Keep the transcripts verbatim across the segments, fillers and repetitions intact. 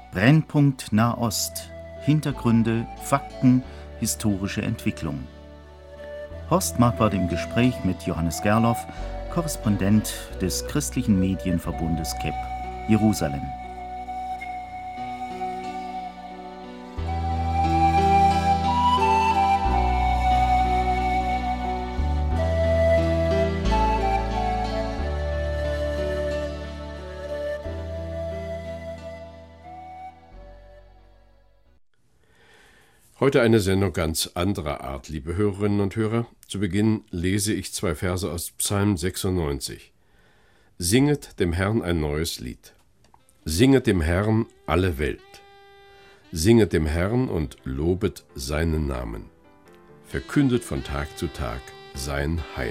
Brennpunkt Nahost. Hintergründe, Fakten, historische Entwicklung. Horst Marquardt im Gespräch mit Johannes Gerloff, Korrespondent des christlichen Medienverbundes K E P, Jerusalem. Heute eine Sendung ganz anderer Art, liebe Hörerinnen und Hörer. Zu Beginn lese ich zwei Verse aus Psalm sechsundneunzig. Singet dem Herrn ein neues Lied. Singet dem Herrn alle Welt. Singet dem Herrn und lobet seinen Namen. Verkündet von Tag zu Tag sein Heil.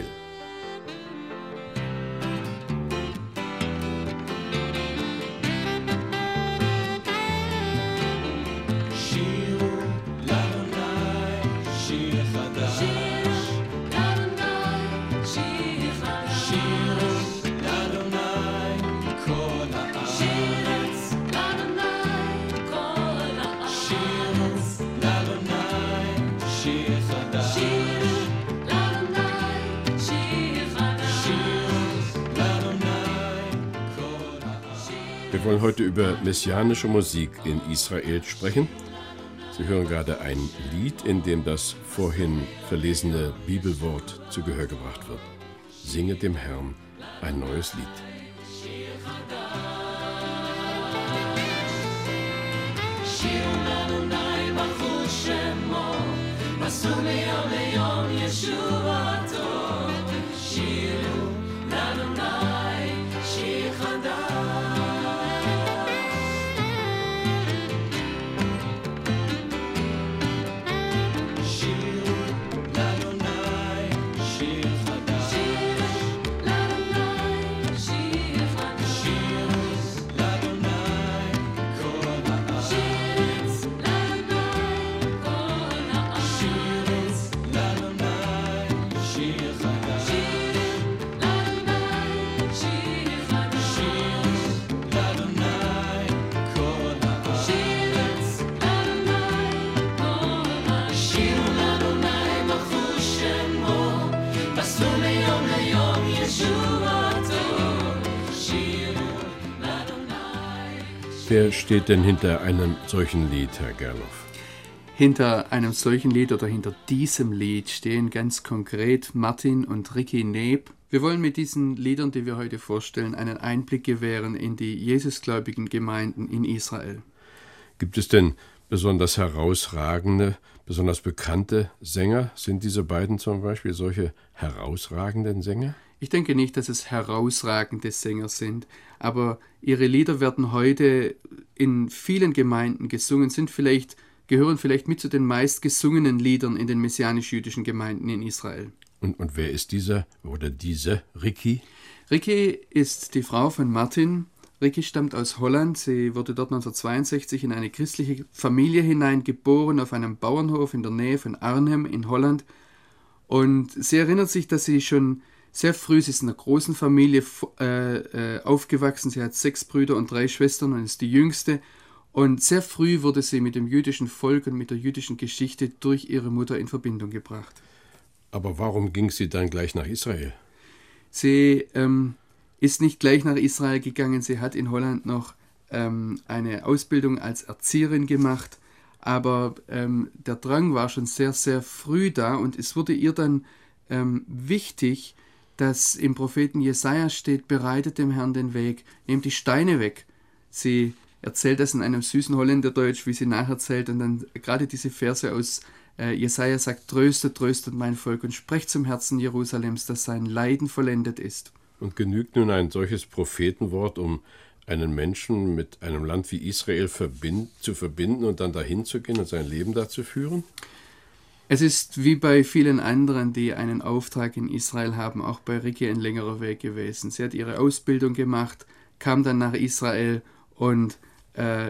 Wir wollen heute über messianische Musik in Israel sprechen. Sie hören gerade ein Lied, in dem das vorhin verlesene Bibelwort zu Gehör gebracht wird. Singet dem Herrn ein neues Lied. Wer steht denn hinter einem solchen Lied, Herr Gerloff? Hinter einem solchen Lied oder hinter diesem Lied stehen ganz konkret Martin und Ricky Neb. Wir wollen mit diesen Liedern, die wir heute vorstellen, einen Einblick gewähren in die Jesusgläubigen Gemeinden in Israel. Gibt es denn besonders herausragende, besonders bekannte Sänger? Sind diese beiden zum Beispiel solche herausragenden Sänger? Ich denke nicht, dass es herausragende Sänger sind, aber ihre Lieder werden heute in vielen Gemeinden gesungen, sind vielleicht, gehören vielleicht mit zu den meistgesungenen Liedern in den messianisch-jüdischen Gemeinden in Israel. Und, und wer ist dieser oder diese Ricky? Ricky ist die Frau von Martin. Ricky stammt aus Holland. Sie wurde dort neunzehnhundertzweiundsechzig in eine christliche Familie hineingeboren, auf einem Bauernhof in der Nähe von Arnhem in Holland. Und sie erinnert sich, dass sie schon sehr früh, sie ist in einer großen Familie äh, äh, aufgewachsen. Sie hat sechs Brüder und drei Schwestern und ist die jüngste. Und sehr früh wurde sie mit dem jüdischen Volk und mit der jüdischen Geschichte durch ihre Mutter in Verbindung gebracht. Aber warum ging sie dann gleich nach Israel? Sie ähm, ist nicht gleich nach Israel gegangen. Sie hat in Holland noch ähm, eine Ausbildung als Erzieherin gemacht. Aber ähm, der Drang war schon sehr, sehr früh da. Und es wurde ihr dann ähm, wichtig, dass im Propheten Jesaja steht, bereitet dem Herrn den Weg, nehmt die Steine weg. Sie erzählt das in einem süßen Holländerdeutsch, wie sie nacherzählt, und dann gerade diese Verse aus äh, Jesaja sagt, tröstet, tröstet mein Volk und sprecht zum Herzen Jerusalems, dass sein Leiden vollendet ist. Und genügt nun ein solches Prophetenwort, um einen Menschen mit einem Land wie Israel verbind, zu verbinden und dann dahin zu gehen und sein Leben da zu führen? Es ist wie bei vielen anderen, die einen Auftrag in Israel haben, auch bei Ricky ein längerer Weg gewesen. Sie hat ihre Ausbildung gemacht, kam dann nach Israel und äh,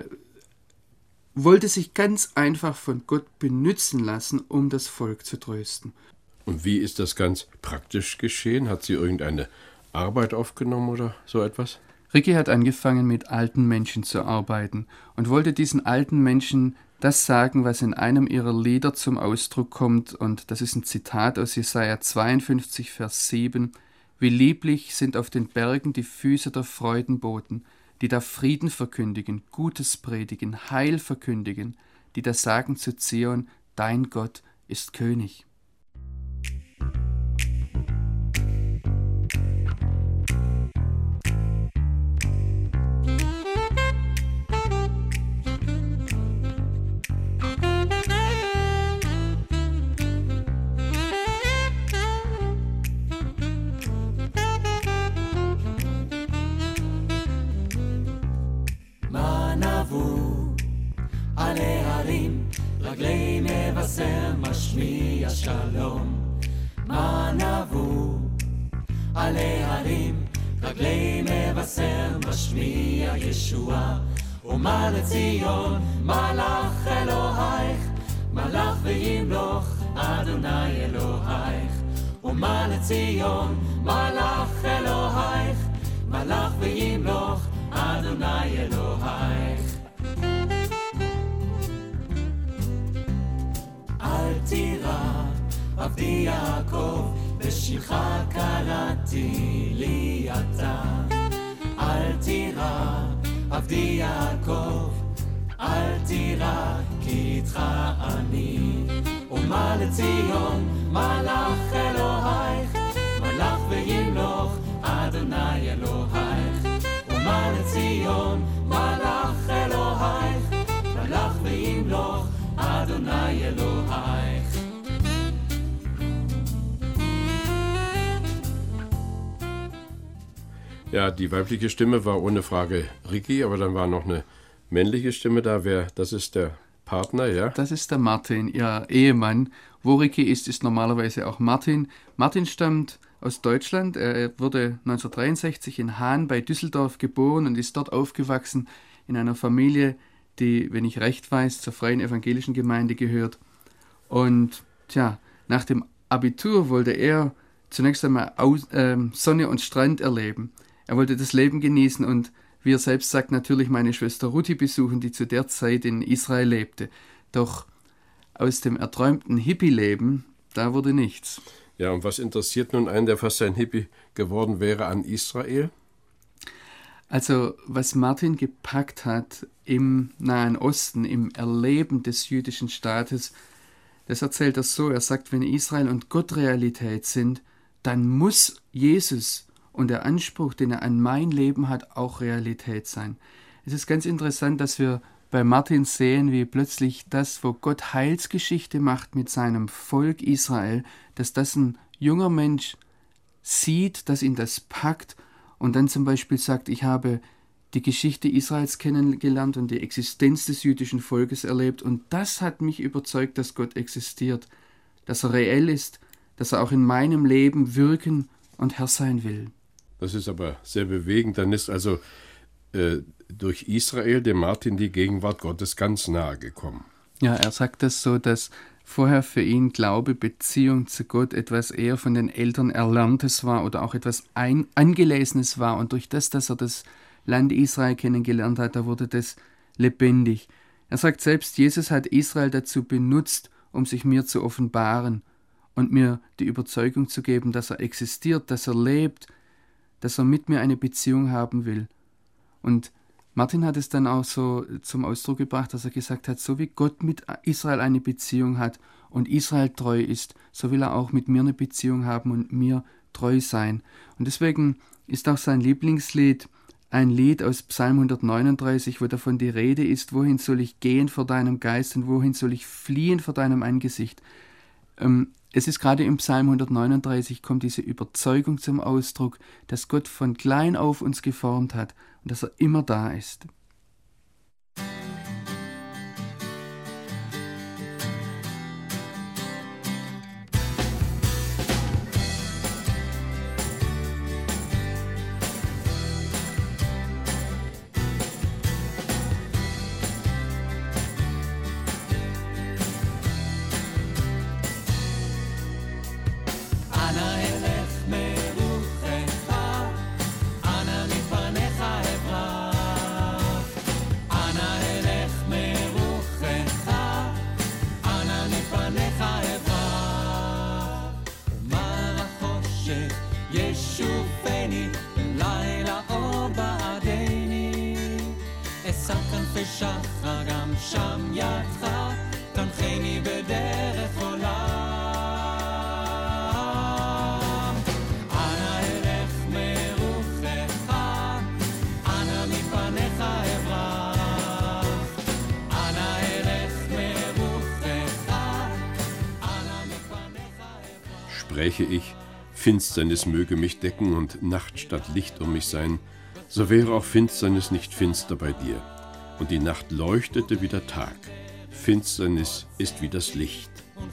wollte sich ganz einfach von Gott benützen lassen, um das Volk zu trösten. Und wie ist das ganz praktisch geschehen? Hat sie irgendeine Arbeit aufgenommen oder so etwas? Ricky hat angefangen, mit alten Menschen zu arbeiten und wollte diesen alten Menschen das sagen, was in einem ihrer Lieder zum Ausdruck kommt. Und das ist ein Zitat aus Jesaja zweiundfünfzig, Vers sieben. Wie lieblich sind auf den Bergen die Füße der Freudenboten, die da Frieden verkündigen, Gutes predigen, Heil verkündigen, die da sagen zu Zion, dein Gott ist König. רגלי מבשר משמיע שלום, מה נבוא עלי הרים, רגלי מבשר משמיע ישועה, ומה לציון מלך אלוהיך, מלך וימלוך אדוני אלוהיך, ומה לציון מלך אלוהיך, מלך וימלוך אדוני אלוהיך. אל תירא עבדי יעקב, בשמך קראתי לי אתה. אל תירא עבדי יעקב, אל תירא כי איתך אני. ומה לציון מלך אלוהיך, מלך וימלוך אדוני אלוהיך. ומה לציון מלך אלוהיך, מלך וימלוך אדוני אלוהיך. Ja, die weibliche Stimme war ohne Frage Ricky, aber dann war noch eine männliche Stimme da. Wer, das ist der Partner, ja? Das ist der Martin, ihr Ehemann. Wo Ricky ist, ist normalerweise auch Martin. Martin stammt aus Deutschland. Er wurde neunzehnhundertdreiundsechzig in Hahn bei Düsseldorf geboren und ist dort aufgewachsen in einer Familie, die, wenn ich recht weiß, zur Freien Evangelischen Gemeinde gehört. Und tja, nach dem Abitur wollte er zunächst einmal Aus, äh, Sonne und Strand erleben. Er wollte das Leben genießen und, wie er selbst sagt, natürlich meine Schwester Ruthi besuchen, die zu der Zeit in Israel lebte. Doch aus dem erträumten Hippie-Leben, da wurde nichts. Ja, und was interessiert nun einen, der fast ein Hippie geworden wäre, an Israel? Also, was Martin gepackt hat im Nahen Osten, im Erleben des jüdischen Staates, das erzählt er so. Er sagt, wenn Israel und Gott Realität sind, dann muss Jesus und der Anspruch, den er an mein Leben hat, auch Realität sein. Es ist ganz interessant, dass wir bei Martin sehen, wie plötzlich das, wo Gott Heilsgeschichte macht mit seinem Volk Israel, dass das ein junger Mensch sieht, dass ihn das packt und dann zum Beispiel sagt, ich habe die Geschichte Israels kennengelernt und die Existenz des jüdischen Volkes erlebt und das hat mich überzeugt, dass Gott existiert, dass er reell ist, dass er auch in meinem Leben wirken und Herr sein will. Das ist aber sehr bewegend. Dann ist also äh, durch Israel dem Martin die Gegenwart Gottes ganz nahe gekommen. Ja, er sagt das so, dass vorher für ihn Glaube, Beziehung zu Gott etwas eher von den Eltern Erlerntes war oder auch etwas ein, Angelesenes war. Und durch das, dass er das Land Israel kennengelernt hat, da wurde das lebendig. Er sagt selbst, Jesus hat Israel dazu benutzt, um sich mir zu offenbaren und mir die Überzeugung zu geben, dass er existiert, dass er lebt, dass er mit mir eine Beziehung haben will. Und Martin hat es dann auch so zum Ausdruck gebracht, dass er gesagt hat, so wie Gott mit Israel eine Beziehung hat und Israel treu ist, so will er auch mit mir eine Beziehung haben und mir treu sein. Und deswegen ist auch sein Lieblingslied ein Lied aus Psalm hundertneununddreißig, wo davon die Rede ist, wohin soll ich gehen vor deinem Geist und wohin soll ich fliehen vor deinem Angesicht. Ähm, Es ist gerade im Psalm hundertneununddreißig kommt diese Überzeugung zum Ausdruck, dass Gott von klein auf uns geformt hat und dass er immer da ist. אנא אלך מרוחך, אנא מפניך שם ידך, תנחני בדרך עולם. אנא אלך מרוחך, אנא מפניך אברח. אנא אלך מרוחך, אנא מפניך אברח. Spräche ich, Finsternis möge mich decken und Nacht statt Licht um mich sein, so wäre auch Finsternis nicht finster bei dir. Und die Nacht leuchtete wie der Tag. Finsternis ist wie das Licht.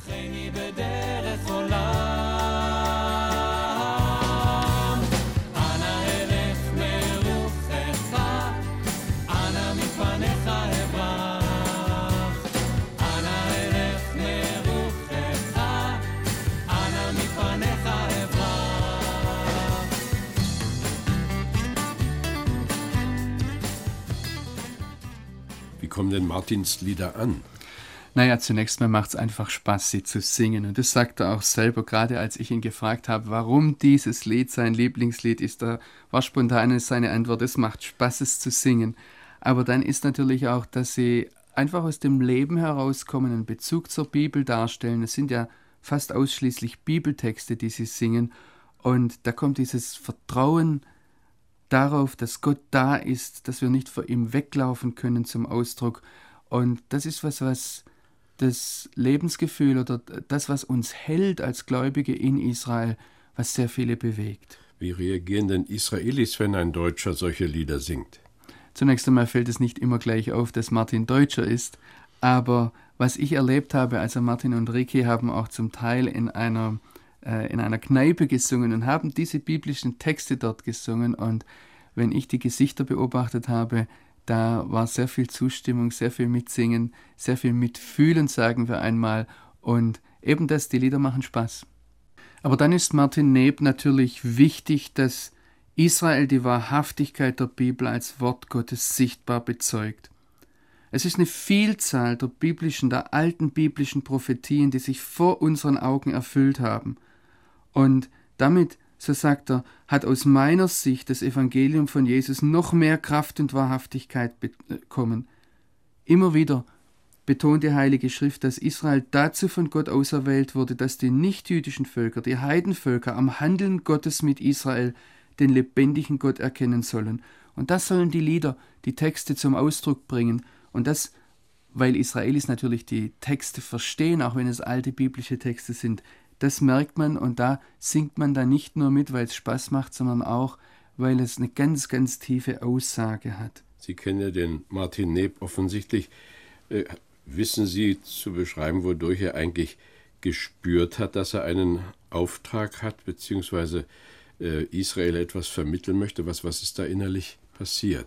Wie kommen denn Martins Lieder an? Naja, zunächst mal macht es einfach Spaß, sie zu singen. Und das sagt er auch selber, gerade als ich ihn gefragt habe, warum dieses Lied sein Lieblingslied ist. Da war spontan seine Antwort, es macht Spaß, es zu singen. Aber dann ist natürlich auch, dass sie einfach aus dem Leben herauskommen, einen Bezug zur Bibel darstellen. Es sind ja fast ausschließlich Bibeltexte, die sie singen. Und da kommt dieses Vertrauen darauf, dass Gott da ist, dass wir nicht vor ihm weglaufen können, zum Ausdruck. Und das ist was, was das Lebensgefühl oder das, was uns hält als Gläubige in Israel, was sehr viele bewegt. Wie reagieren denn Israelis, wenn ein Deutscher solche Lieder singt? Zunächst einmal fällt es nicht immer gleich auf, dass Martin Deutscher ist, aber was ich erlebt habe, also Martin und Ricky haben auch zum Teil in einer in einer Kneipe gesungen und haben diese biblischen Texte dort gesungen. Und wenn ich die Gesichter beobachtet habe, da war sehr viel Zustimmung, sehr viel Mitsingen, sehr viel Mitfühlen, sagen wir einmal. Und eben das, die Lieder machen Spaß. Aber dann ist Martin Neb natürlich wichtig, dass Israel die Wahrhaftigkeit der Bibel als Wort Gottes sichtbar bezeugt. Es ist eine Vielzahl der biblischen, der alten biblischen Prophetien, die sich vor unseren Augen erfüllt haben. Und damit, so sagt er, hat aus meiner Sicht das Evangelium von Jesus noch mehr Kraft und Wahrhaftigkeit bekommen. Immer wieder betont die Heilige Schrift, dass Israel dazu von Gott auserwählt wurde, dass die nichtjüdischen Völker, die Heidenvölker am Handeln Gottes mit Israel den lebendigen Gott erkennen sollen. Und das sollen die Lieder, die Texte zum Ausdruck bringen. Und das, weil Israelis natürlich die Texte verstehen, auch wenn es alte biblische Texte sind. Das merkt man und da singt man dann nicht nur mit, weil es Spaß macht, sondern auch, weil es eine ganz, ganz tiefe Aussage hat. Sie kennen ja den Martin Neb offensichtlich. Äh, wissen Sie zu beschreiben, wodurch er eigentlich gespürt hat, dass er einen Auftrag hat, beziehungsweise äh, Israel etwas vermitteln möchte? Was, was ist da innerlich passiert?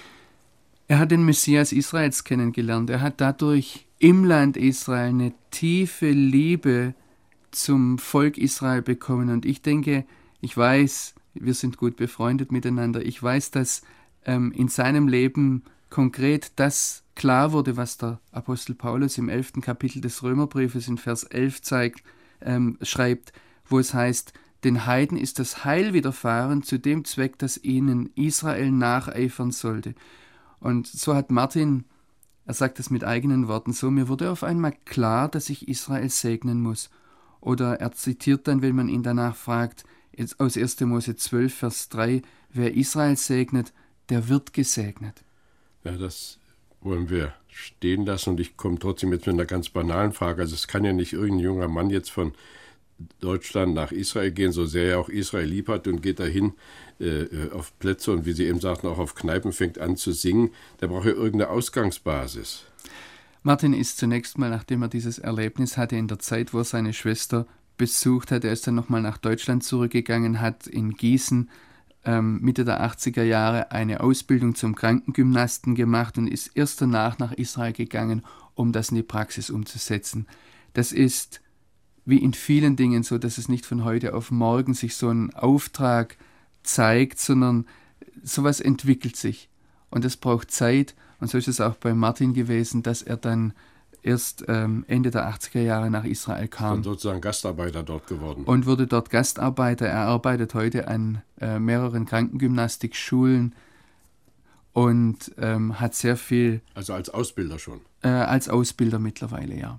Er hat den Messias Israels kennengelernt. Er hat dadurch im Land Israel eine tiefe Liebe zum Volk Israel bekommen. Und ich denke, ich weiß, wir sind gut befreundet miteinander, ich weiß, dass ähm, in seinem Leben konkret das klar wurde, was der Apostel Paulus im elften Kapitel des Römerbriefes in Vers elf zeigt, ähm, schreibt, wo es heißt, den Heiden ist das Heil widerfahren zu dem Zweck, dass ihnen Israel nacheifern sollte. Und so hat Martin, er sagt es mit eigenen Worten so, mir wurde auf einmal klar, dass ich Israel segnen muss. Oder er zitiert dann, wenn man ihn danach fragt, jetzt aus erster Mose zwölf, Vers drei, wer Israel segnet, der wird gesegnet. Ja, das wollen wir stehen lassen und ich komme trotzdem jetzt mit einer ganz banalen Frage. Also es kann ja nicht irgendein junger Mann jetzt von Deutschland nach Israel gehen, so sehr er auch Israel lieb hat und geht dahin äh, auf Plätze und wie Sie eben sagten, auch auf Kneipen fängt an zu singen. Der braucht ja irgendeine Ausgangsbasis. Martin ist zunächst mal, nachdem er dieses Erlebnis hatte, in der Zeit, wo er seine Schwester besucht hat, er ist dann nochmal nach Deutschland zurückgegangen, hat in Gießen ähm, Mitte der achtziger Jahre eine Ausbildung zum Krankengymnasten gemacht und ist erst danach nach Israel gegangen, um das in die Praxis umzusetzen. Das ist wie in vielen Dingen so, dass es nicht von heute auf morgen sich so ein Auftrag zeigt, sondern sowas entwickelt sich. Und es braucht Zeit. Und so ist es auch bei Martin gewesen, dass er dann erst ähm, Ende der achtziger Jahre nach Israel kam. Und sozusagen Gastarbeiter dort geworden. Und wurde dort Gastarbeiter. Er arbeitet heute an äh, mehreren Krankengymnastikschulen. und ähm, hat sehr viel... Also als Ausbilder schon? Äh, als Ausbilder mittlerweile, ja.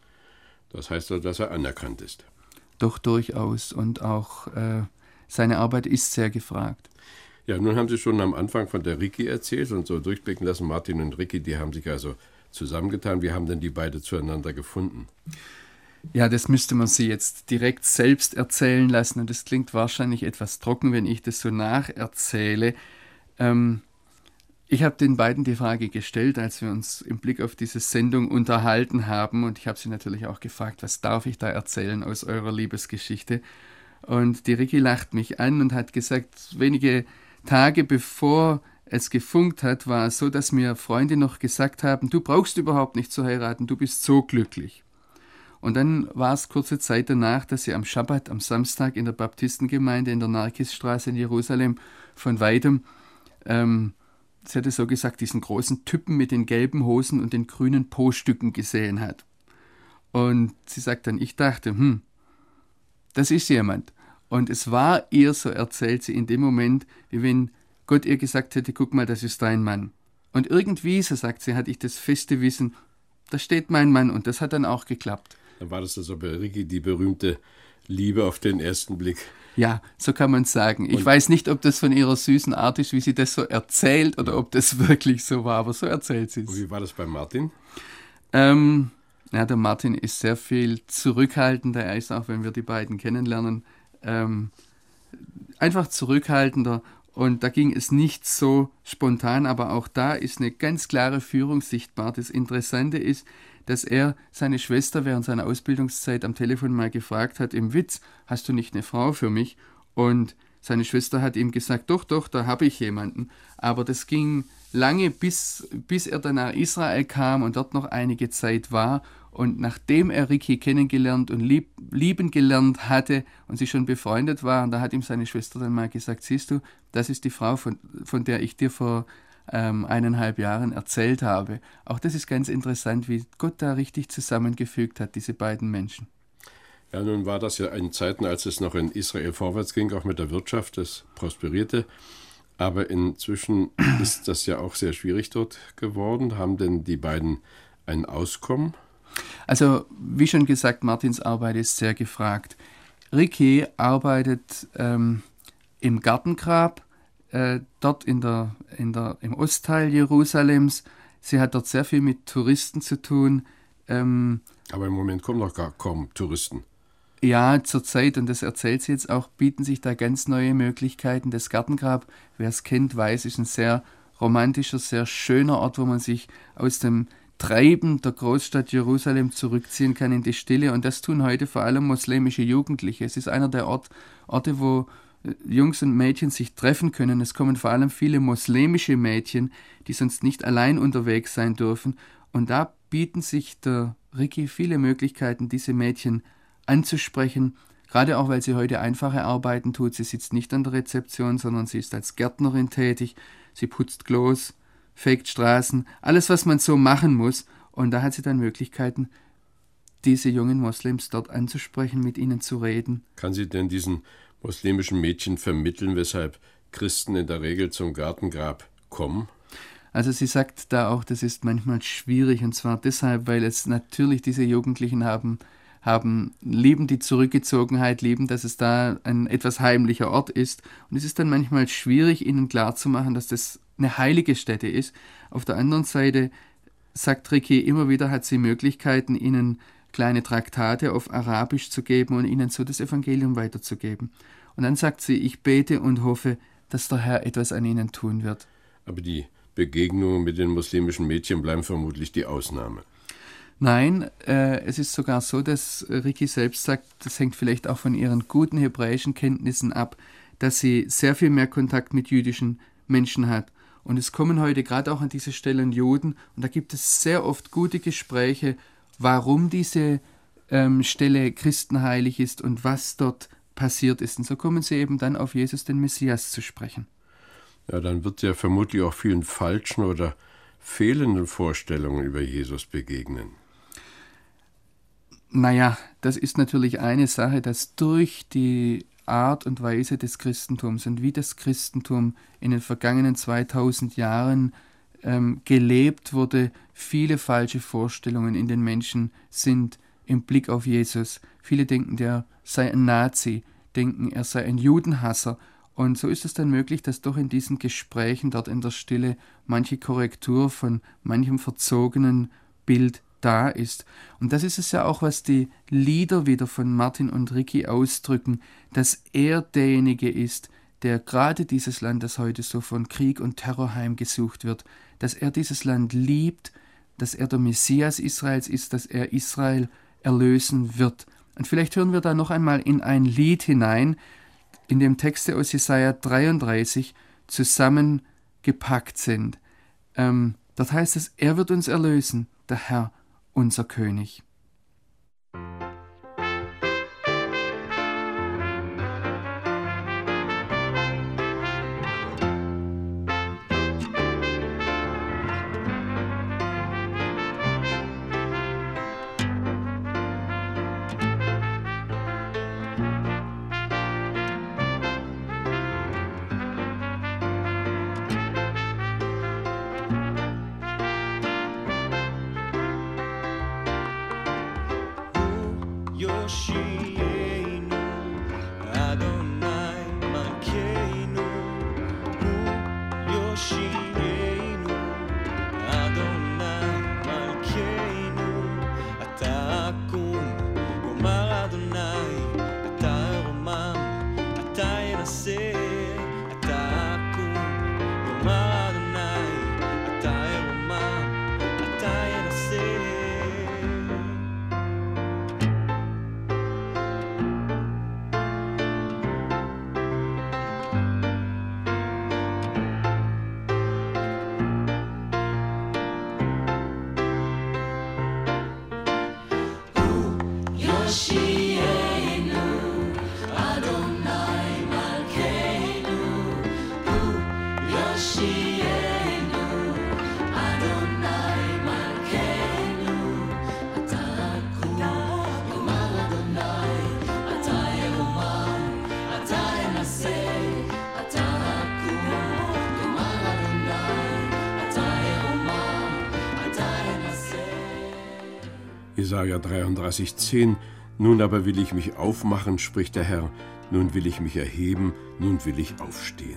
Das heißt also, dass er anerkannt ist? Doch, durchaus. Und auch äh, seine Arbeit ist sehr gefragt. Ja, nun haben Sie schon am Anfang von der Ricky erzählt und so durchblicken lassen, Martin und Ricky, die haben sich also zusammengetan. Wie haben denn die beide zueinander gefunden? Ja, das müsste man sie jetzt direkt selbst erzählen lassen und das klingt wahrscheinlich etwas trocken, wenn ich das so nacherzähle. Ähm, ich habe den beiden die Frage gestellt, als wir uns im Blick auf diese Sendung unterhalten haben und ich habe sie natürlich auch gefragt, was darf ich da erzählen aus eurer Liebesgeschichte? Und die Ricky lacht mich an und hat gesagt, wenige Tage bevor es gefunkt hat, war es so, dass mir Freunde noch gesagt haben, du brauchst überhaupt nicht zu heiraten, du bist so glücklich. Und dann war es kurze Zeit danach, dass sie am Schabbat, am Samstag in der Baptistengemeinde in der Narkisstraße in Jerusalem von weitem, ähm, sie hatte so gesagt, diesen großen Typen mit den gelben Hosen und den grünen Po-Stücken gesehen hat. Und sie sagt dann, ich dachte, hm, das ist jemand. Und es war ihr, so erzählt sie, in dem Moment, wie wenn Gott ihr gesagt hätte, guck mal, das ist dein Mann. Und irgendwie, so sagt sie, hatte ich das feste Wissen, da steht mein Mann und das hat dann auch geklappt. Dann war das also bei Ricky die berühmte Liebe auf den ersten Blick. Ja, so kann man es sagen. Ich und weiß nicht, ob das von ihrer süßen Art ist, wie sie das so erzählt oder ob das wirklich so war, aber so erzählt sie es. Und wie war das bei Martin? Ähm, ja, der Martin ist sehr viel zurückhaltender. Er ist auch, wenn wir die beiden kennenlernen, ähm, einfach zurückhaltender. Und da ging es nicht so spontan, aber auch da ist eine ganz klare Führung sichtbar. Das Interessante ist, dass er seine Schwester während seiner Ausbildungszeit am Telefon mal gefragt hat, im Witz, hast du nicht eine Frau für mich? Und seine Schwester hat ihm gesagt, doch, doch, da habe ich jemanden. Aber das ging lange, bis, bis er dann nach Israel kam und dort noch einige Zeit war. Und nachdem er Ricky kennengelernt und lieb, lieben gelernt hatte und sie schon befreundet waren, da hat ihm seine Schwester dann mal gesagt, siehst du, das ist die Frau, von, von der ich dir vor ähm, eineinhalb Jahren erzählt habe. Auch das ist ganz interessant, wie Gott da richtig zusammengefügt hat, diese beiden Menschen. Ja, nun war das ja in Zeiten, als es noch in Israel vorwärts ging, auch mit der Wirtschaft, das prosperierte. Aber inzwischen ist das ja auch sehr schwierig dort geworden. Haben denn die beiden ein Auskommen? Also, wie schon gesagt, Martins Arbeit ist sehr gefragt. Ricky arbeitet ähm, im Gartengrab, äh, dort in der, in der, im Ostteil Jerusalems. Sie hat dort sehr viel mit Touristen zu tun. Ähm, Aber im Moment kommen noch gar kaum Touristen. Ja, zurzeit, und das erzählt sie jetzt auch, bieten sich da ganz neue Möglichkeiten. Das Gartengrab, wer es kennt, weiß, ist ein sehr romantischer, sehr schöner Ort, wo man sich aus dem Treiben der Großstadt Jerusalem zurückziehen kann in die Stille. Und das tun heute vor allem muslimische Jugendliche. Es ist einer der Ort, Orte, wo Jungs und Mädchen sich treffen können. Es kommen vor allem viele muslimische Mädchen, die sonst nicht allein unterwegs sein dürfen. Und da bieten sich der Ricky viele Möglichkeiten, diese Mädchen anzusprechen, gerade auch, weil sie heute einfache Arbeiten tut. Sie sitzt nicht an der Rezeption, sondern sie ist als Gärtnerin tätig. Sie putzt Klos, fegt Straßen, alles, was man so machen muss. Und da hat sie dann Möglichkeiten, diese jungen Moslems dort anzusprechen, mit ihnen zu reden. Kann sie denn diesen muslimischen Mädchen vermitteln, weshalb Christen in der Regel zum Gartengrab kommen? Also sie sagt da auch, das ist manchmal schwierig, und zwar deshalb, weil es natürlich diese Jugendlichen haben, haben, lieben die Zurückgezogenheit, lieben, dass es da ein etwas heimlicher Ort ist. Und es ist dann manchmal schwierig, ihnen klarzumachen, dass das eine heilige Stätte ist. Auf der anderen Seite sagt Ricky, immer wieder hat sie Möglichkeiten, ihnen kleine Traktate auf Arabisch zu geben und ihnen so das Evangelium weiterzugeben. Und dann sagt sie, ich bete und hoffe, dass der Herr etwas an ihnen tun wird. Aber die Begegnungen mit den muslimischen Mädchen bleiben vermutlich die Ausnahme. Nein, äh, es ist sogar so, dass Ricky selbst sagt, das hängt vielleicht auch von ihren guten hebräischen Kenntnissen ab, dass sie sehr viel mehr Kontakt mit jüdischen Menschen hat. Und es kommen heute gerade auch an diese Stellen Juden, und da gibt es sehr oft gute Gespräche, warum diese ähm, Stelle christenheilig ist und was dort passiert ist. Und so kommen sie eben dann auf Jesus, den Messias, zu sprechen. Ja, dann wird ja vermutlich auch vielen falschen oder fehlenden Vorstellungen über Jesus begegnen. Naja, das ist natürlich eine Sache, dass durch die Art und Weise des Christentums und wie das Christentum in den vergangenen zweitausend Jahren ähm, gelebt wurde, viele falsche Vorstellungen in den Menschen sind im Blick auf Jesus. Viele denken, der sei ein Nazi, denken, er sei ein Judenhasser. Und so ist es dann möglich, dass doch in diesen Gesprächen dort in der Stille manche Korrektur von manchem verzogenen Bild da ist. Und das ist es ja auch, was die Lieder wieder von Martin und Ricky ausdrücken, dass er derjenige ist, der gerade dieses Land, das heute so von Krieg und Terror heimgesucht wird, dass er dieses Land liebt, dass er der Messias Israels ist, dass er Israel erlösen wird. Und vielleicht hören wir da noch einmal in ein Lied hinein, in dem Texte aus Jesaja dreiunddreißig zusammengepackt sind. Ähm, dort heißt es, er wird uns erlösen, der Herr, unser König. יושיענו, אדוני מלכנו, הוא יושיענו, אדוני מלכנו, אתה אקום, יאמר אדוני, אתה ארומם, אתה ינסה, אתה אקום, יאמר אדוני, אתה ארומם, אתה ינסה. Jesaja dreiunddreißig, zehn. Nun aber will ich mich aufmachen, spricht der Herr, nun will ich mich erheben, nun will ich aufstehen.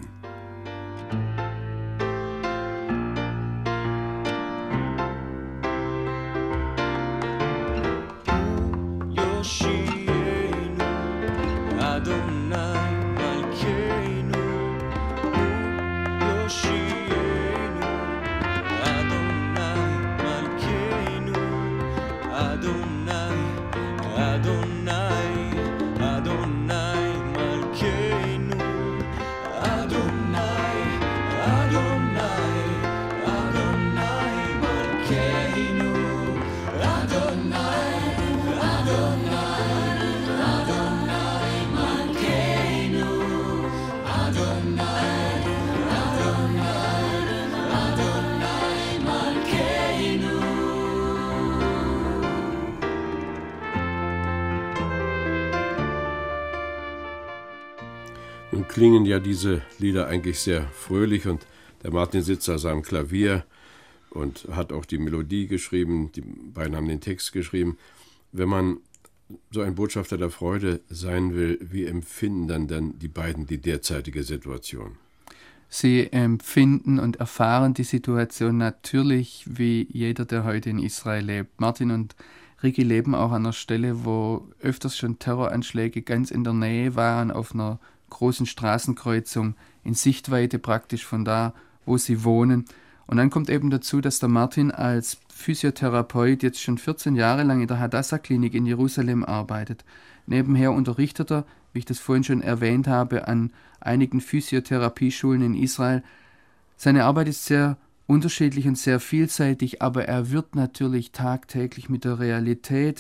Nun klingen ja diese Lieder eigentlich sehr fröhlich und der Martin sitzt an seinem Klavier und hat auch die Melodie geschrieben, die beiden haben den Text geschrieben. Wenn man so ein Botschafter der Freude sein will, wie empfinden dann denn die beiden die derzeitige Situation? Sie empfinden und erfahren die Situation natürlich wie jeder, der heute in Israel lebt. Martin und Ricky leben auch an einer Stelle, wo öfters schon Terroranschläge ganz in der Nähe waren, auf einer großen Straßenkreuzung, in Sichtweite praktisch von da, wo sie wohnen. Und dann kommt eben dazu, dass der Martin als Physiotherapeut jetzt schon vierzehn Jahre lang in der Hadassah-Klinik in Jerusalem arbeitet. Nebenher unterrichtet er, wie ich das vorhin schon erwähnt habe, an einigen Physiotherapieschulen in Israel. Seine Arbeit ist sehr unterschiedlich und sehr vielseitig, aber er wird natürlich tagtäglich mit der Realität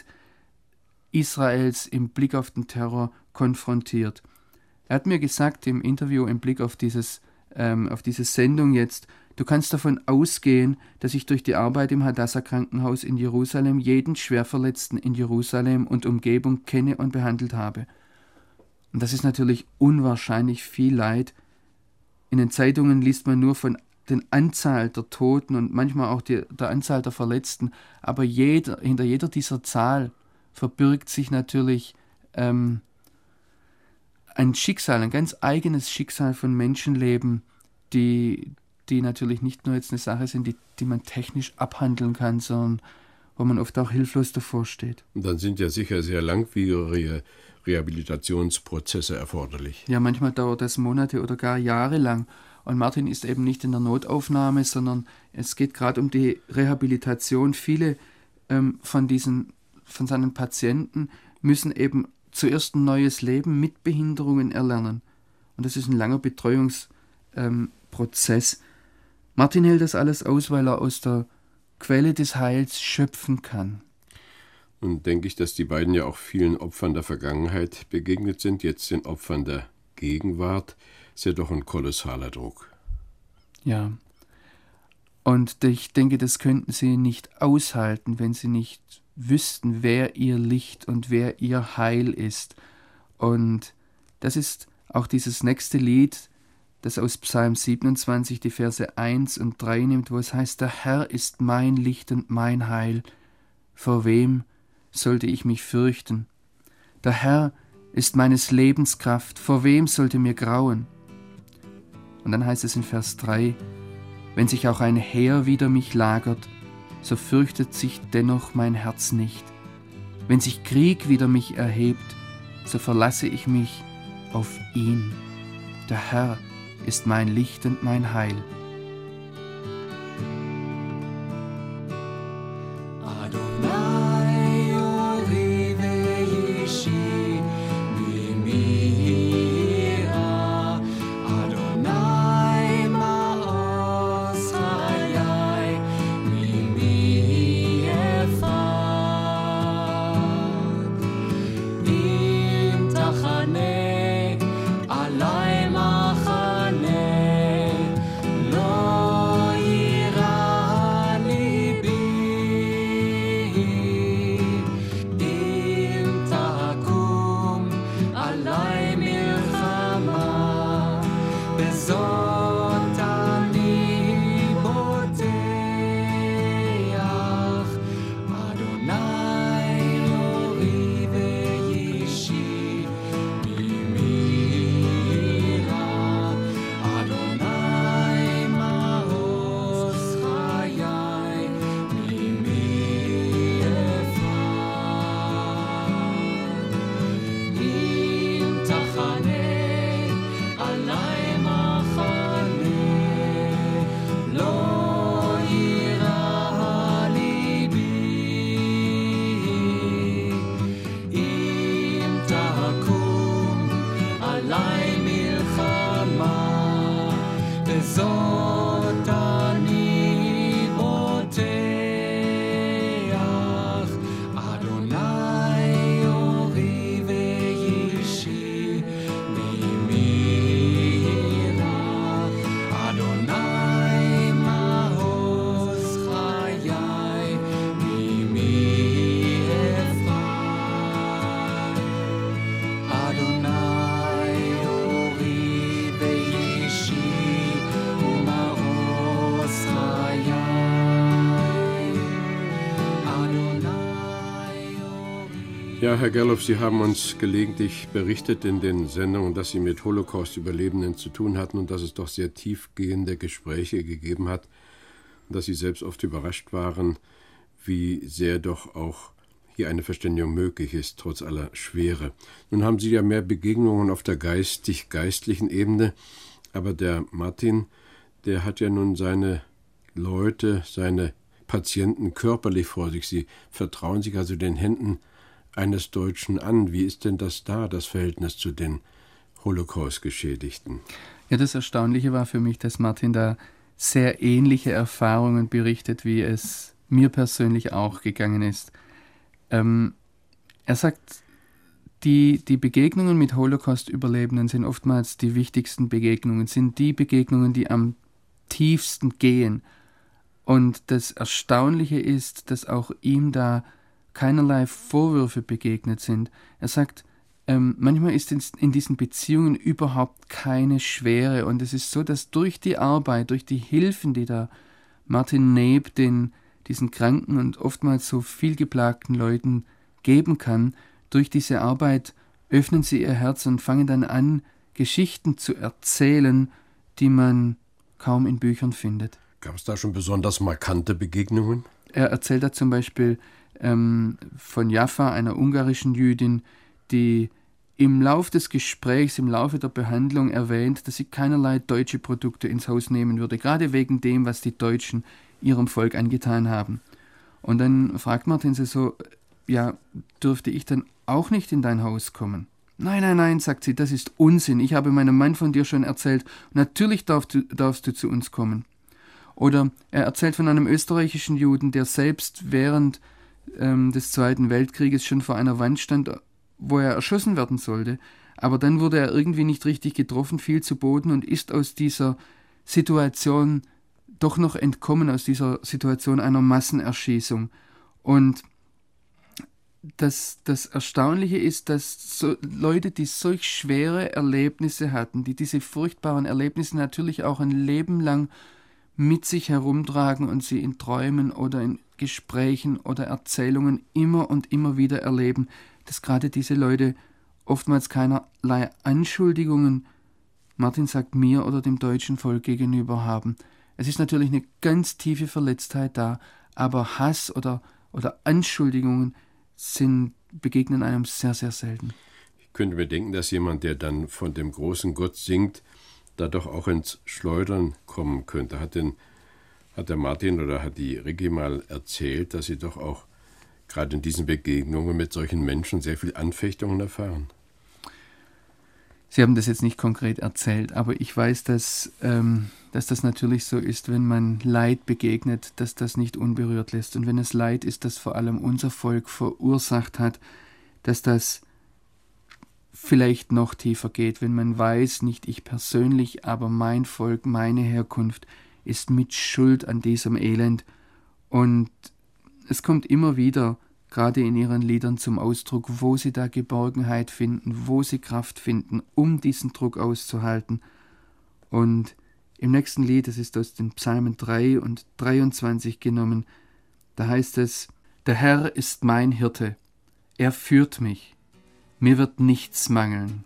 Israels im Blick auf den Terror konfrontiert. Er hat mir gesagt im Interview im Blick auf, dieses, ähm, auf diese Sendung jetzt, du kannst davon ausgehen, dass ich durch die Arbeit im Hadassah-Krankenhaus in Jerusalem jeden Schwerverletzten in Jerusalem und Umgebung kenne und behandelt habe. Und das ist natürlich unwahrscheinlich viel Leid. In den Zeitungen liest man nur von der Anzahl der Toten und manchmal auch die, der Anzahl der Verletzten. Aber jeder, hinter jeder dieser Zahl verbirgt sich natürlich ähm, ein Schicksal, ein ganz eigenes Schicksal von Menschenleben, die, die natürlich nicht nur jetzt eine Sache sind, die, die man technisch abhandeln kann, sondern wo man oft auch hilflos davor steht. Und dann sind ja sicher sehr langwierige Rehabilitationsprozesse erforderlich. Ja, manchmal dauert das Monate oder gar Jahre lang. Und Martin ist eben nicht in der Notaufnahme, sondern es geht gerade um die Rehabilitation. Viele ähm, von diesen, von seinen Patienten müssen eben zuerst ein neues Leben mit Behinderungen erlernen. Und das ist ein langer Betreuungsprozess. Ähm, Martin hält das alles aus, weil er aus der Quelle des Heils schöpfen kann. Und denke ich, dass die beiden ja auch vielen Opfern der Vergangenheit begegnet sind, jetzt den Opfern der Gegenwart, ist ja doch ein kolossaler Druck. Ja. Und ich denke, das könnten sie nicht aushalten, wenn sie nicht wüssten, wer ihr Licht und wer ihr Heil ist. Und das ist auch dieses nächste Lied, das aus Psalm siebenundzwanzig die Verse eins und drei nimmt, wo es heißt, der Herr ist mein Licht und mein Heil. Vor wem sollte ich mich fürchten? Der Herr ist meines Lebens Kraft. Vor wem sollte mir grauen? Und dann heißt es in Vers drei, wenn sich auch ein Heer wider mich lagert, so fürchtet sich dennoch mein Herz nicht. Wenn sich Krieg wider mich erhebt, so verlasse ich mich auf ihn. Der Herr ist mein Licht und mein Heil. Adonai orive yishi mimira Adonai ma'os hayai mimi efad im tachane alai machane lo yira libi im takum alai milchama bezot ani boteach Adonai orive yishi mimira Adonai ma'os hayai mimi efad im tachane alai machane lo yira libi im takum alai milchama bezot ani boteach Adonai orive yishi mimira Adonai ma'os hayai mimi efad Adonai orive yishi ma'os hayai Adonai orive Ja, Herr Gerloff, Sie haben uns gelegentlich berichtet in den Sendungen, dass Sie mit Holocaust-Überlebenden zu tun hatten und dass es doch sehr tiefgehende Gespräche gegeben hat und dass Sie selbst oft überrascht waren, wie sehr doch auch hier eine Verständigung möglich ist, trotz aller Schwere. Nun haben Sie ja mehr Begegnungen auf der geistig-geistlichen Ebene, aber der Martin, der hat ja nun seine Leute, seine Patienten körperlich vor sich. Sie vertrauen sich also den Händen eines Deutschen an. Wie ist denn das da, das Verhältnis zu den Holocaust-Geschädigten? Ja, das Erstaunliche war für mich, dass Martin da sehr ähnliche Erfahrungen berichtet, wie es mir persönlich auch gegangen ist. Ähm, er sagt, die, die Begegnungen mit Holocaust-Überlebenden sind oftmals die wichtigsten Begegnungen, sind die Begegnungen, die am tiefsten gehen. Und das Erstaunliche ist, dass auch ihm da keinerlei Vorwürfe begegnet sind. Er sagt, ähm, manchmal ist in, in diesen Beziehungen überhaupt keine Schwere. Und es ist so, dass durch die Arbeit, durch die Hilfen, die da Martin Neb den, diesen kranken und oftmals so vielgeplagten Leuten geben kann, durch diese Arbeit öffnen sie ihr Herz und fangen dann an, Geschichten zu erzählen, die man kaum in Büchern findet. Gab es da schon besonders markante Begegnungen? Er erzählt da zum Beispiel ähm, von Jaffa, einer ungarischen Jüdin, die im Lauf des Gesprächs, im Laufe der Behandlung erwähnt, dass sie keinerlei deutsche Produkte ins Haus nehmen würde, gerade wegen dem, was die Deutschen ihrem Volk angetan haben. Und dann fragt Martin sie so, ja, dürfte ich dann auch nicht in dein Haus kommen? Nein, nein, nein, sagt sie, das ist Unsinn. Ich habe meinem Mann von dir schon erzählt. Natürlich darfst du, darfst du zu uns kommen. Oder er erzählt von einem österreichischen Juden, der selbst während ähm, des Zweiten Weltkrieges schon vor einer Wand stand, wo er erschossen werden sollte. Aber dann wurde er irgendwie nicht richtig getroffen, fiel zu Boden und ist aus dieser Situation doch noch entkommen, aus dieser Situation einer Massenerschießung. Und das, das Erstaunliche ist, dass so Leute, die solch schwere Erlebnisse hatten, die diese furchtbaren Erlebnisse natürlich auch ein Leben lang mit sich herumtragen und sie in Träumen oder in Gesprächen oder Erzählungen immer und immer wieder erleben, dass gerade diese Leute oftmals keinerlei Anschuldigungen, Martin sagt, mir oder dem deutschen Volk gegenüber haben. Es ist natürlich eine ganz tiefe Verletztheit da, aber Hass oder, oder Anschuldigungen sind, begegnen einem sehr, sehr selten. Ich könnte mir denken, dass jemand, der dann von dem großen Gott singt, da doch auch ins Schleudern kommen könnte. Hat, denn, hat der Martin oder hat die Ricky mal erzählt, dass sie doch auch gerade in diesen Begegnungen mit solchen Menschen sehr viel Anfechtungen erfahren? Sie haben das jetzt nicht konkret erzählt, aber ich weiß, dass, ähm, dass das natürlich so ist, wenn man Leid begegnet, dass das nicht unberührt lässt. Und wenn es Leid ist, das vor allem unser Volk verursacht hat, dass das vielleicht noch tiefer geht, wenn man weiß, nicht ich persönlich, aber mein Volk, meine Herkunft ist mit Schuld an diesem Elend. Und es kommt immer wieder, gerade in ihren Liedern zum Ausdruck, wo sie da Geborgenheit finden, wo sie Kraft finden, um diesen Druck auszuhalten. Und im nächsten Lied, das ist aus den Psalmen drei und dreiundzwanzig genommen, da heißt es, der Herr ist mein Hirte, er führt mich, mir wird nichts mangeln.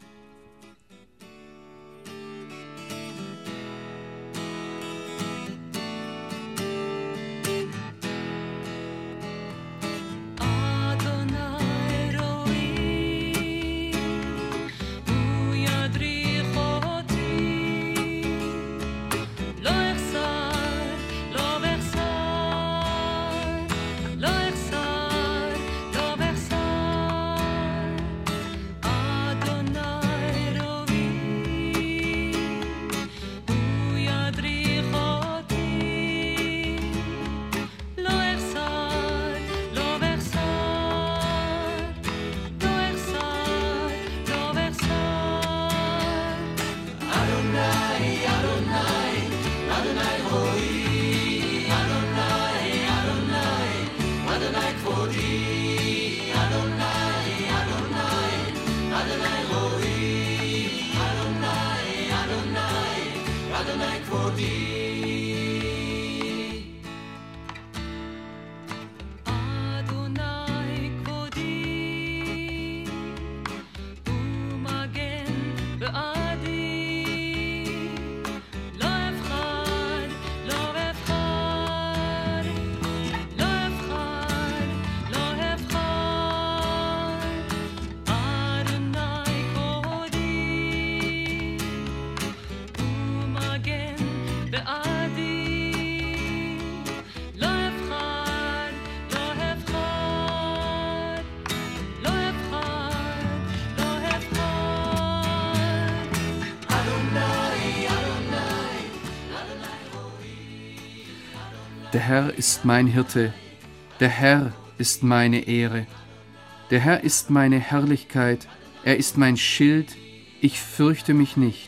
Der Herr ist mein Hirte, der Herr ist meine Ehre. Der Herr ist meine Herrlichkeit, er ist mein Schild, ich fürchte mich nicht.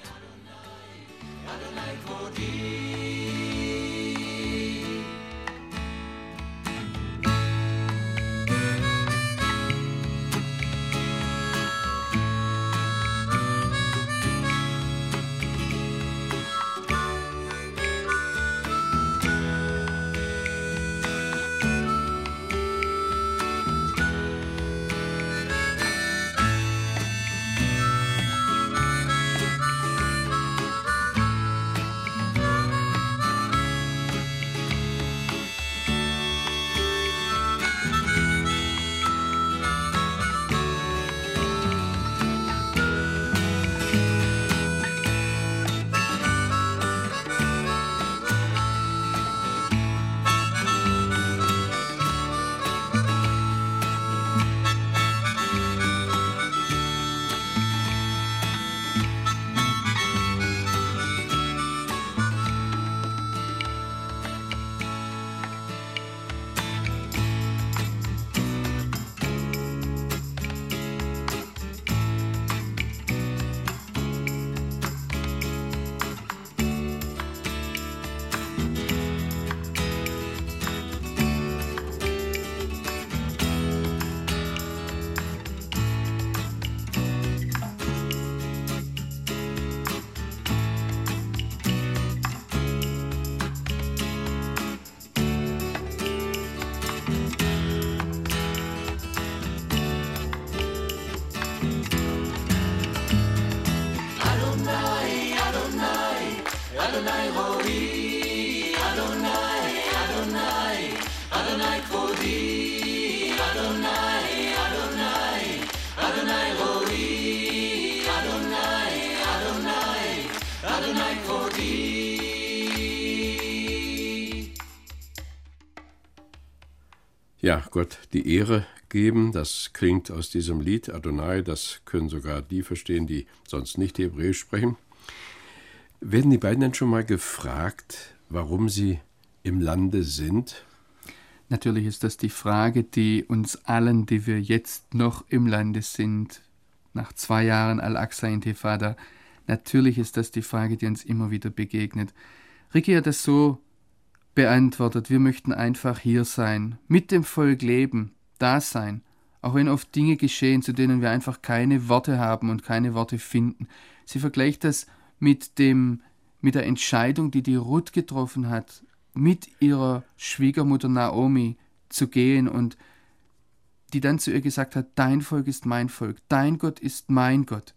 Ja, Gott die Ehre geben, das klingt aus diesem Lied Adonai, das können sogar die verstehen, die sonst nicht Hebräisch sprechen. Werden die beiden denn schon mal gefragt, warum sie im Lande sind? Natürlich ist das die Frage, die uns allen, die wir jetzt noch im Lande sind, nach zwei Jahren Al-Aqsa-Intifada, natürlich ist das die Frage, die uns immer wieder begegnet. Ricky hat das so beantwortet, wir möchten einfach hier sein, mit dem Volk leben, da sein, auch wenn oft Dinge geschehen, zu denen wir einfach keine Worte haben und keine Worte finden. Sie vergleicht das mit dem, mit der Entscheidung, die die Ruth getroffen hat, mit ihrer Schwiegermutter Naomi zu gehen und die dann zu ihr gesagt hat, dein Volk ist mein Volk, dein Gott ist mein Gott.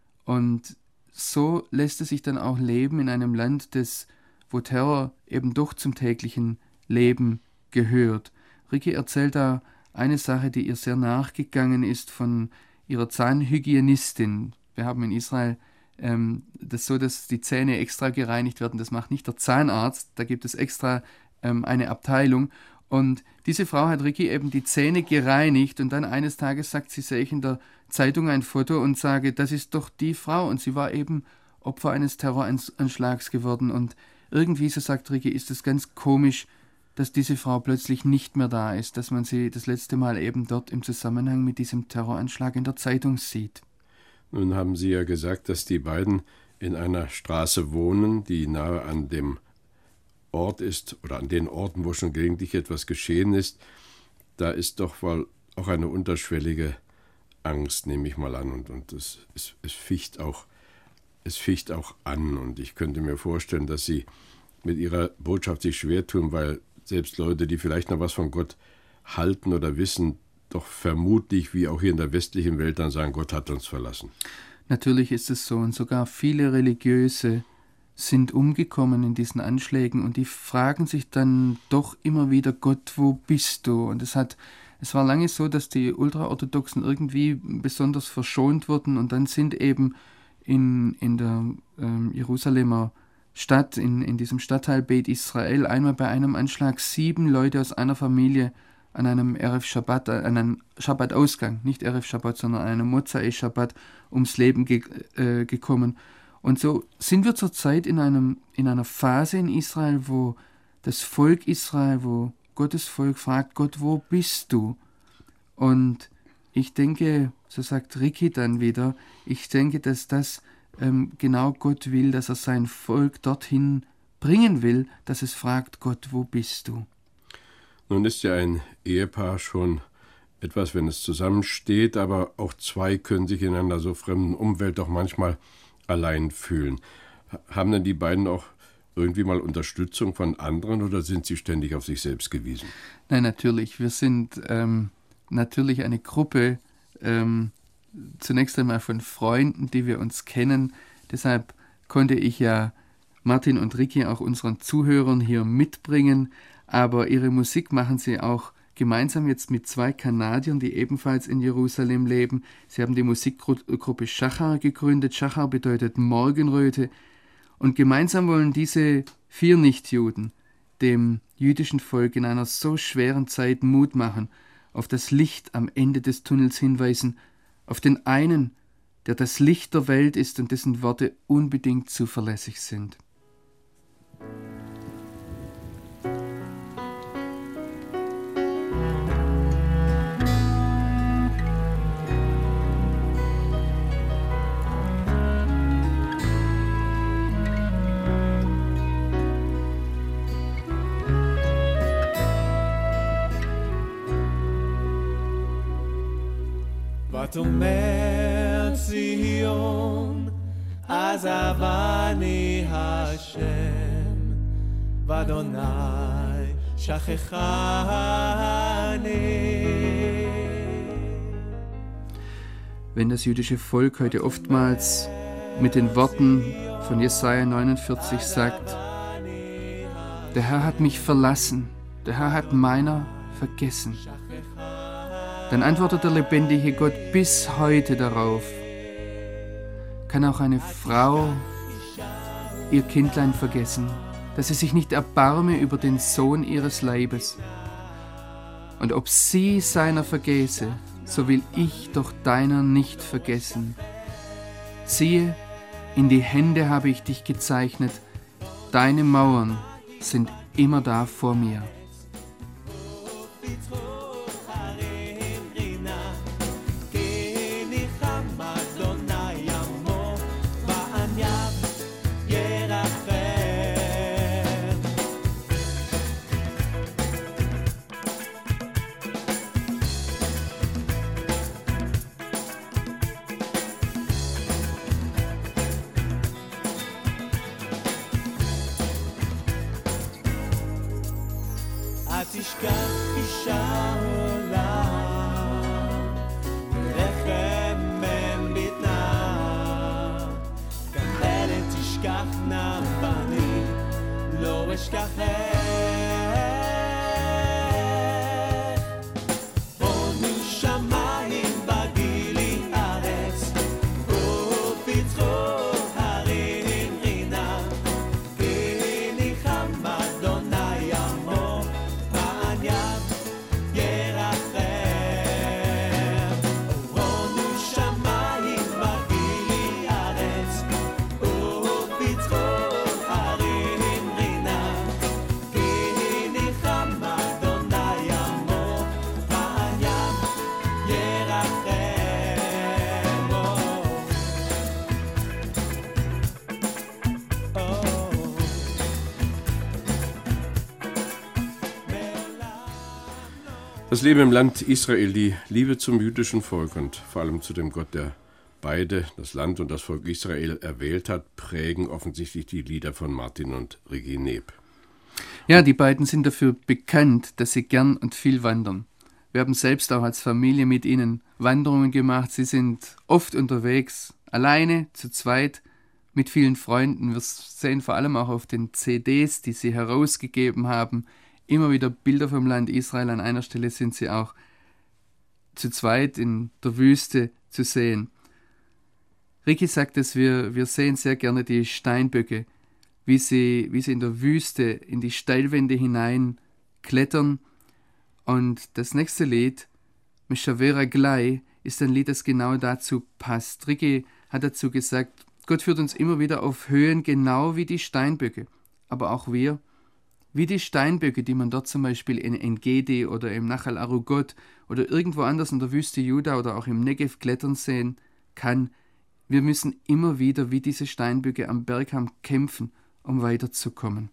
Und so lässt es sich dann auch leben in einem Land, das, wo Terror eben doch zum täglichen Leben gehört. Ricky erzählt da eine Sache, die ihr sehr nachgegangen ist von ihrer Zahnhygienistin. Wir haben in Israel ähm, das so, dass die Zähne extra gereinigt werden. Das macht nicht der Zahnarzt, da gibt es extra ähm, eine Abteilung. Und diese Frau hat Ricky eben die Zähne gereinigt und dann eines Tages sagt sie, sehe ich in der Zeitung ein Foto und sage, das ist doch die Frau. Und sie war eben Opfer eines Terroranschlags geworden. Und irgendwie, so sagt Ricky, ist es ganz komisch, dass diese Frau plötzlich nicht mehr da ist, dass man sie das letzte Mal eben dort im Zusammenhang mit diesem Terroranschlag in der Zeitung sieht. Nun haben Sie ja gesagt, dass die beiden in einer Straße wohnen, die nahe an dem Ort ist oder an den Orten, wo schon gelegentlich etwas geschehen ist. Da ist doch wohl auch eine unterschwellige Angst, nehme ich mal an. Und, und es, es, es, ficht auch, es ficht auch an. Und ich könnte mir vorstellen, dass Sie mit Ihrer Botschaft sich schwer tun, weil selbst Leute, die vielleicht noch was von Gott halten oder wissen, doch vermutlich, wie auch hier in der westlichen Welt, dann sagen, Gott hat uns verlassen. Natürlich ist es so. Und sogar viele Religiöse sind umgekommen in diesen Anschlägen und die fragen sich dann doch immer wieder, Gott, wo bist du? Und es hat, es war lange so, dass die Ultraorthodoxen irgendwie besonders verschont wurden und dann sind eben in, in der ähm, Jerusalemer Stadt, in, in diesem Stadtteil Beit Israel, einmal bei einem Anschlag sieben Leute aus einer Familie an einem Erev Shabbat, an einem Shabbat-Ausgang, nicht Erev Shabbat, sondern an einem Mozai Shabbat ums Leben ge, äh, gekommen. Und so sind wir zurzeit in, einem, in einer Phase in Israel, wo das Volk Israel, wo Gottes Volk fragt, Gott, wo bist du? Und ich denke, so sagt Ricky dann wieder, ich denke, dass das ähm, genau Gott will, dass er sein Volk dorthin bringen will, dass es fragt, Gott, wo bist du? Nun ist ja ein Ehepaar schon etwas, wenn es zusammensteht, aber auch zwei können sich in einer so fremden Umwelt doch manchmal allein fühlen. Haben denn die beiden auch irgendwie mal Unterstützung von anderen oder sind sie ständig auf sich selbst gewiesen? Nein, natürlich. Wir sind ähm, natürlich eine Gruppe, ähm, zunächst einmal von Freunden, die wir uns kennen. Deshalb konnte ich ja Martin und Ricky auch unseren Zuhörern hier mitbringen. Aber ihre Musik machen sie auch gemeinsam jetzt mit zwei Kanadiern, die ebenfalls in Jerusalem leben. Sie haben die Musikgruppe Shachar gegründet. Shachar bedeutet Morgenröte. Und gemeinsam wollen diese vier Nichtjuden dem jüdischen Volk in einer so schweren Zeit Mut machen, auf das Licht am Ende des Tunnels hinweisen, auf den einen, der das Licht der Welt ist und dessen Worte unbedingt zuverlässig sind. ותאמר ציון עזבני השם ואדוני שכחני. Wenn das jüdische Volk heute oftmals mit den Worten von Jesaja neunundvierzig sagt, der Herr hat mich verlassen, der Herr hat meiner vergessen, dann antwortet der lebendige Gott bis heute darauf. Kann auch eine Frau ihr Kindlein vergessen, dass sie sich nicht erbarme über den Sohn ihres Leibes? Und ob sie seiner vergäße, so will ich doch deiner nicht vergessen. Siehe, in die Hände habe ich dich gezeichnet, deine Mauern sind immer da vor mir. תשכח אישה עולם, לחם מן ביטנה, כחלת תשכחנה בני, לא אשכחך. עונו שמיים בגילי ארץ, ופצחו הרים רינה, כי ניחם אדוני עמו, בעניין ירחם. עונו שמיים בגילי ארץ, ופצחו הרים רינה, כי ניחם אדוני עמו, בעניין ירחם. Das Leben im Land Israel, die Liebe zum jüdischen Volk und vor allem zu dem Gott, der beide, das Land und das Volk Israel, erwählt hat, prägen offensichtlich die Lieder von Martin und Regie Neb. Ja, die beiden sind dafür bekannt, dass sie gern und viel wandern. Wir haben selbst auch als Familie mit ihnen Wanderungen gemacht. Sie sind oft unterwegs, alleine, zu zweit, mit vielen Freunden. Wir sehen vor allem auch auf den C Ds, die sie herausgegeben haben, immer wieder Bilder vom Land Israel. An einer Stelle sind sie auch zu zweit in der Wüste zu sehen. Ricky sagt es, wir, wir sehen sehr gerne die Steinböcke, wie sie, wie sie in der Wüste in die Steilwände hinein klettern. Und das nächste Lied, Meshavera Glai, ist ein Lied, das genau dazu passt. Ricky hat dazu gesagt, Gott führt uns immer wieder auf Höhen, genau wie die Steinböcke. Aber auch wir, wie die Steinböcke, die man dort zum Beispiel in En-Gedi oder im Nachal Arugot oder irgendwo anders in der Wüste Juda oder auch im Negev klettern sehen kann. Wir müssen immer wieder wie diese Steinböcke am Berghang kämpfen, um weiterzukommen.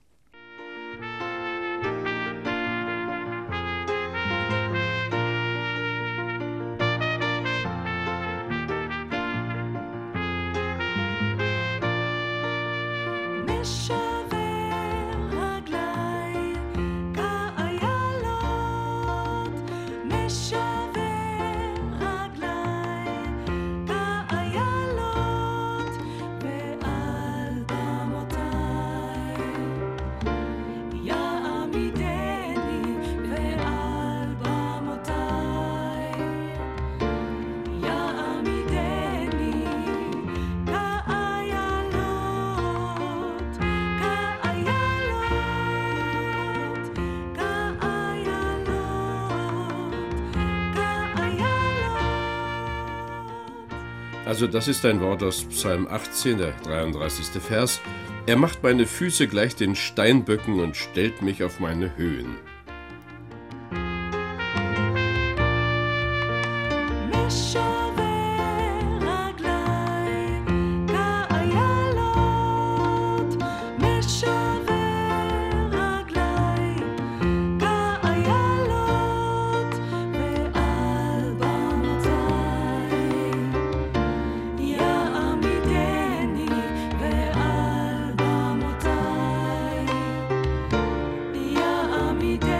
Also das ist ein Wort aus Psalm achtzehn, der dreiunddreißigste Vers. Er macht meine Füße gleich den Steinböcken und stellt mich auf meine Höhen. Me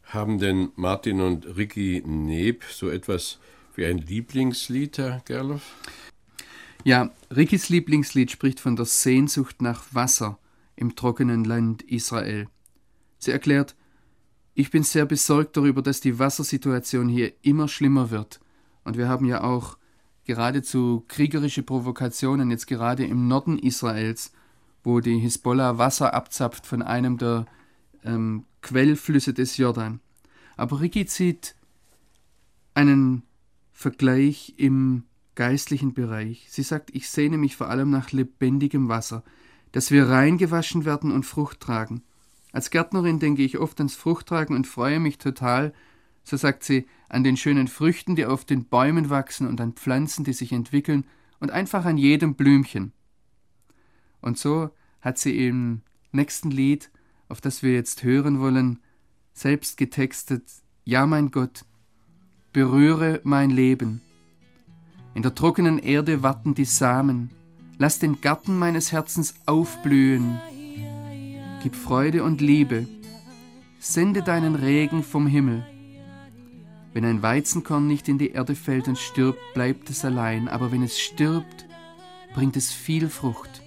Haben denn Martin und Ricky Neb so etwas wie ein Lieblingslied, Herr Gerloff? Ja, Rickys Lieblingslied spricht von der Sehnsucht nach Wasser im trockenen Land Israel. Sie erklärt: Ich bin sehr besorgt darüber, dass die Wassersituation hier immer schlimmer wird. Und wir haben ja auch geradezu kriegerische Provokationen, jetzt gerade im Norden Israels, wo die Hisbollah Wasser abzapft von einem der ähm, Quellflüsse des Jordan. Aber Ricky zieht einen Vergleich im geistlichen Bereich. Sie sagt: Ich sehne mich vor allem nach lebendigem Wasser, dass wir reingewaschen werden und Frucht tragen. Als Gärtnerin denke ich oft ans Fruchttragen und freue mich total, so sagt sie, an den schönen Früchten, die auf den Bäumen wachsen und an Pflanzen, die sich entwickeln und einfach an jedem Blümchen. Und so hat sie im nächsten Lied, auf das wir jetzt hören wollen, selbst getextet: Ja, mein Gott, berühre mein Leben. In der trockenen Erde warten die Samen. Lass den Garten meines Herzens aufblühen. Gib Freude und Liebe. Sende deinen Regen vom Himmel. Wenn ein Weizenkorn nicht in die Erde fällt und stirbt, bleibt es allein. Aber wenn es stirbt, bringt es viel Frucht.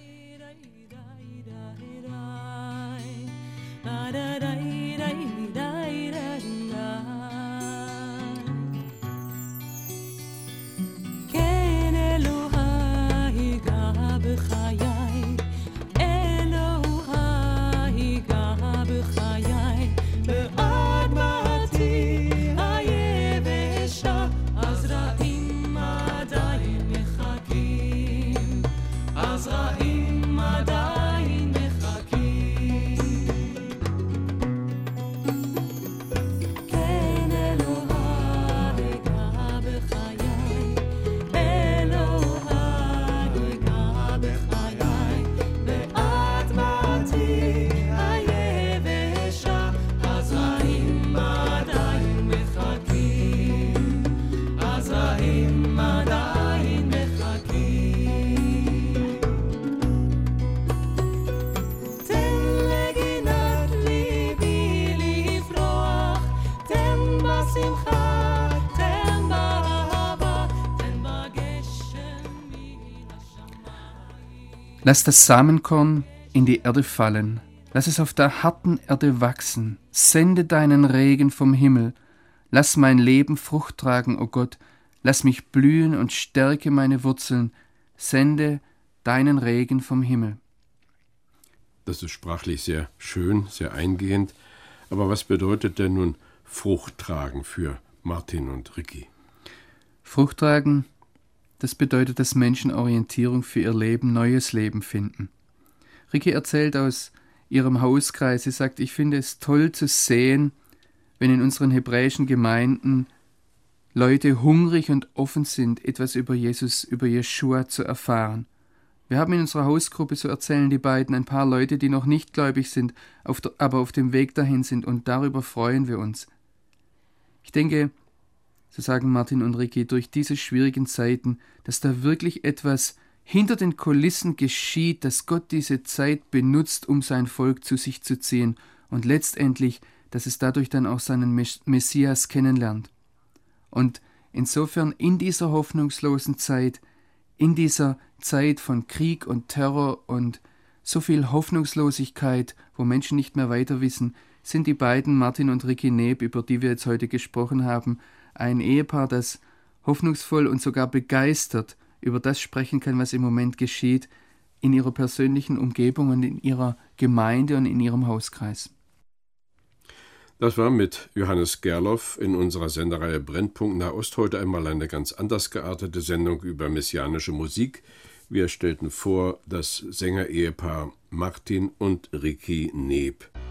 Lass das Samenkorn in die Erde fallen, lass es auf der harten Erde wachsen, sende deinen Regen vom Himmel, lass mein Leben Frucht tragen, o Gott, lass mich blühen und stärke meine Wurzeln, sende deinen Regen vom Himmel. Das ist sprachlich sehr schön, sehr eingehend, aber was bedeutet denn nun Frucht tragen für Martin und Ricky? Frucht tragen, das bedeutet, dass Menschen Orientierung für ihr Leben, neues Leben finden. Ricky erzählt aus ihrem Hauskreis, sie sagt: Ich finde es toll zu sehen, wenn in unseren hebräischen Gemeinden Leute hungrig und offen sind, etwas über Jesus, über Jeschua zu erfahren. Wir haben in unserer Hausgruppe, so erzählen die beiden, ein paar Leute, die noch nicht gläubig sind, auf der, aber auf dem Weg dahin sind, und darüber freuen wir uns. Ich denke, so sagen Martin und Ricky, durch diese schwierigen Zeiten, dass da wirklich etwas hinter den Kulissen geschieht, dass Gott diese Zeit benutzt, um sein Volk zu sich zu ziehen, und letztendlich, dass es dadurch dann auch seinen Messias kennenlernt. Und insofern in dieser hoffnungslosen Zeit, in dieser Zeit von Krieg und Terror und so viel Hoffnungslosigkeit, wo Menschen nicht mehr weiter wissen, sind die beiden, Martin und Ricky Neb, über die wir jetzt heute gesprochen haben, ein Ehepaar, das hoffnungsvoll und sogar begeistert über das sprechen kann, was im Moment geschieht, in ihrer persönlichen Umgebung und in ihrer Gemeinde und in ihrem Hauskreis. Das war mit Johannes Gerloff in unserer Sendereihe Brennpunkt Nahost heute einmal eine ganz anders geartete Sendung über messianische Musik. Wir stellten vor das Sängerehepaar Martin und Ricky Neb.